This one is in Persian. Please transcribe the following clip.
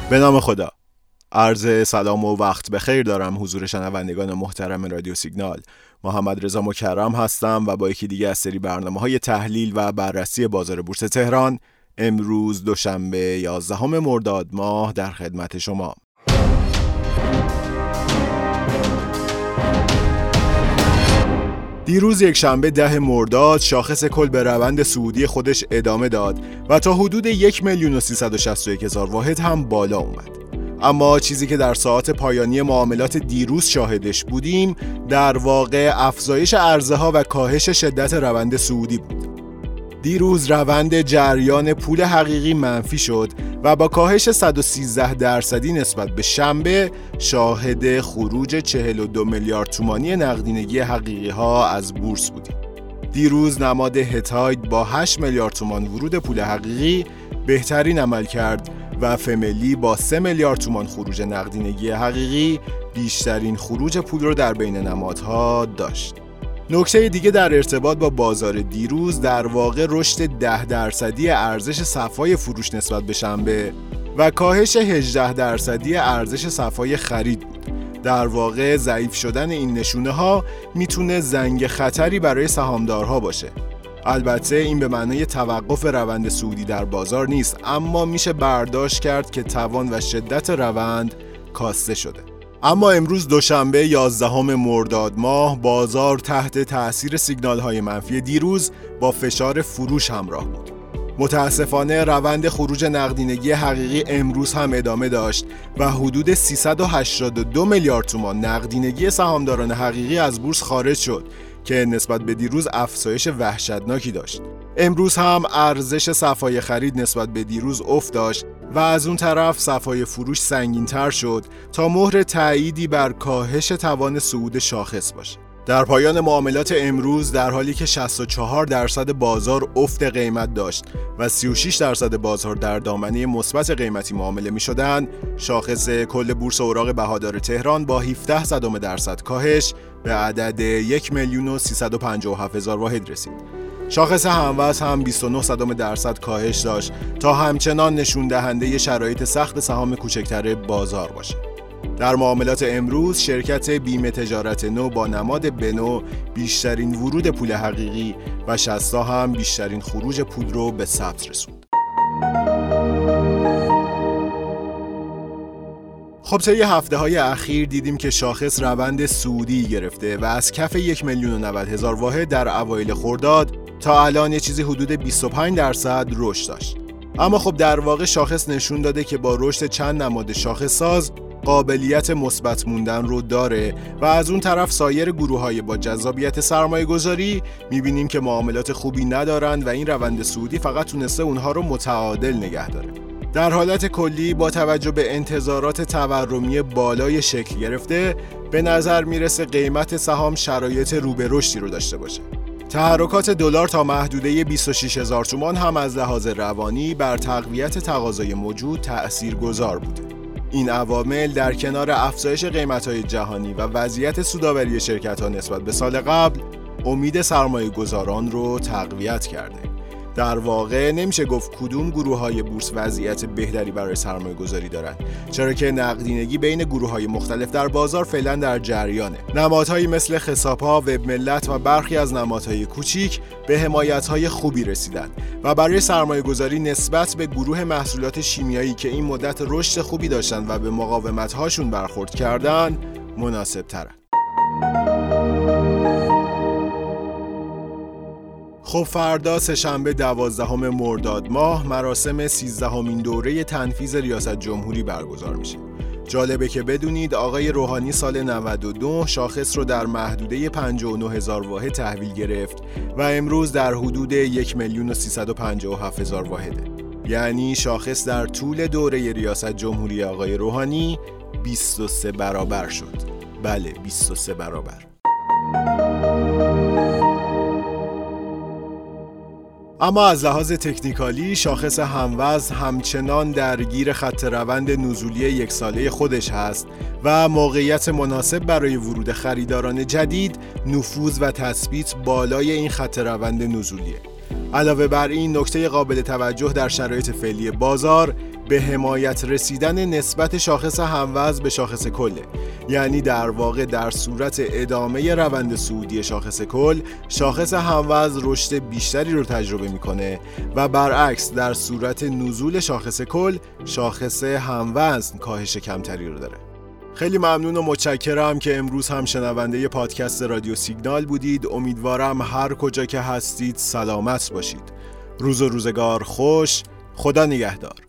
به نام خدا. عرض سلام و وقت بخیر دارم حضور شنوندگان محترم رادیو سیگنال. محمد رضا مکرم هستم و با یکی دیگه از سری برنامه‌های تحلیل و بررسی بازار بورس تهران امروز دوشنبه 11 مرداد ماه در خدمت شما. دیروز یک شنبه 10 مرداد شاخص کل به روند صعودی خودش ادامه داد و تا حدود 1,361,000 واحد هم بالا اومد. اما چیزی که در ساعات پایانی معاملات دیروز شاهدش بودیم در واقع افزایش عرضه‌ها و کاهش شدت روند صعودی بود. دیروز روند جریان پول حقیقی منفی شد و با کاهش 113% نسبت به شنبه شاهد خروج 42 میلیارد تومانی نقدینگی حقیقی ها از بورس بودیم. دیروز نماد هتاید با 8 میلیارد تومان ورود پول حقیقی بهترین عمل کرد و فملی با 3 میلیارد تومان خروج نقدینگی حقیقی بیشترین خروج پول رو در بین نمادها داشت. نکته دیگه در ارتباط با بازار دیروز در واقع رشد 10% ارزش صفای فروش نسبت به شنبه و کاهش 18% ارزش صفای خرید بود. در واقع ضعیف شدن این نشونه ها میتونه زنگ خطری برای سهامدارها باشه. البته این به معنای توقف روند صعودی در بازار نیست، اما میشه برداشت کرد که توان و شدت روند کاسته شده. اما امروز دوشنبه 11 مرداد ماه بازار تحت تأثیر سیگنال‌های منفی دیروز با فشار فروش همراه بود. متاسفانه روند خروج نقدینگی حقیقی امروز هم ادامه داشت و حدود 382 میلیارد تومان نقدینگی سهامداران حقیقی از بورس خارج شد که نسبت به دیروز افزایش وحشتناکی داشت. امروز هم ارزش صفای خرید نسبت به دیروز افت داشت و از اون طرف صفای فروش سنگین‌تر شد تا مهر تأییدی بر کاهش توان صعود شاخص باشه. در پایان معاملات امروز در حالی که 64% بازار افت قیمت داشت و 36% بازار در دامنه مثبت قیمتی معامله می‌شدند، شاخص کل بورس اوراق بهادار تهران با 0.17% کاهش به عدد 1,357,000 واحد رسید. شاخص هموز هم 0.29% کاهش داشت تا همچنان نشون دهنده شرایط سخت سهام کوچکتر بازار باشه. در معاملات امروز شرکت بیمه تجارت نو با نماد بنو بیشترین ورود پول حقیقی و شستا هم بیشترین خروج پول رو به ثبت رسوند. خب طی هفته‌های اخیر دیدیم که شاخص روند صعودی گرفته و از کف 1,090,000 واحد در اوایل خرداد تا الان یه چیزی حدود 25% رشد داشت. اما خب در واقع شاخص نشون داده که با رشد چند نماد شاخص ساز قابلیت مثبت موندن رو داره و از اون طرف سایر گروه‌های با جذابیت سرمایه‌گذاری می‌بینیم که معاملات خوبی ندارن و این روند صعودی فقط تونسته اونها رو متعادل نگه داره. در حالت کلی با توجه به انتظارات تورمی بالای شکل گرفته به نظر میرسه قیمت سهام شرایط رو به رشدی رو داشته باشه. تحرکات دلار تا محدوده 26,000 تومان هم از لحاظ روانی بر تقویت تقاضای موجود تأثیرگذار بوده. این عوامل در کنار افزایش قیمت‌های جهانی و وضعیت سودآوری شرکت‌ها نسبت به سال قبل امید سرمایه‌گذاران رو تقویت کرده. در واقع نمیشه گفت کدوم گروه‌های بورس وضعیت بهتری برای سرمایه‌گذاری دارن، چرا که نقدینگی بین گروه‌های مختلف در بازار فعلا در جریانه. نمادهایی مثل خساب‌ها، وب ملت و برخی از نمادهای کوچیک به حمایت‌های خوبی رسیدند و برای سرمایه‌گذاری نسبت به گروه محصولات شیمیایی که این مدت رشد خوبی داشتن و به مقاومت‌هاشون برخورد کردن مناسب‌ترن. خب فردا سه‌شنبه 12 مرداد ماه مراسم 13مین دوره تنفیذ ریاست جمهوری برگزار میشه. جالبه که بدونید آقای روحانی سال 92 شاخص رو در محدوده 59,000 واحد تحویل گرفت و امروز در حدود 1,357,000 واحده. یعنی شاخص در طول دوره ریاست جمهوری آقای روحانی 23 برابر شد. بله 23 برابر. اما از لحاظ تکنیکالی شاخص هموز همچنان درگیر خط روند نزولی یک ساله خودش هست و موقعیت مناسب برای ورود خریداران جدید نفوذ و تثبیت بالای این خط روند نزولیه. علاوه بر این، نکته قابل توجه در شرایط فعلی بازار به حمایت رسیدن نسبت شاخص هموزن به شاخص کله. یعنی در واقع در صورت ادامه روند صعودی شاخص کل، شاخص هموزن رشد بیشتری رو تجربه میکنه و برعکس در صورت نزول شاخص کل، شاخص هموزن کاهش کمتری رو داره. خیلی ممنون و متشکرم که امروز هم شنونده پادکست رادیو سیگنال بودید. امیدوارم هر کجا که هستید سلامت باشید. روز و روزگار خوش. خدا نگهدار.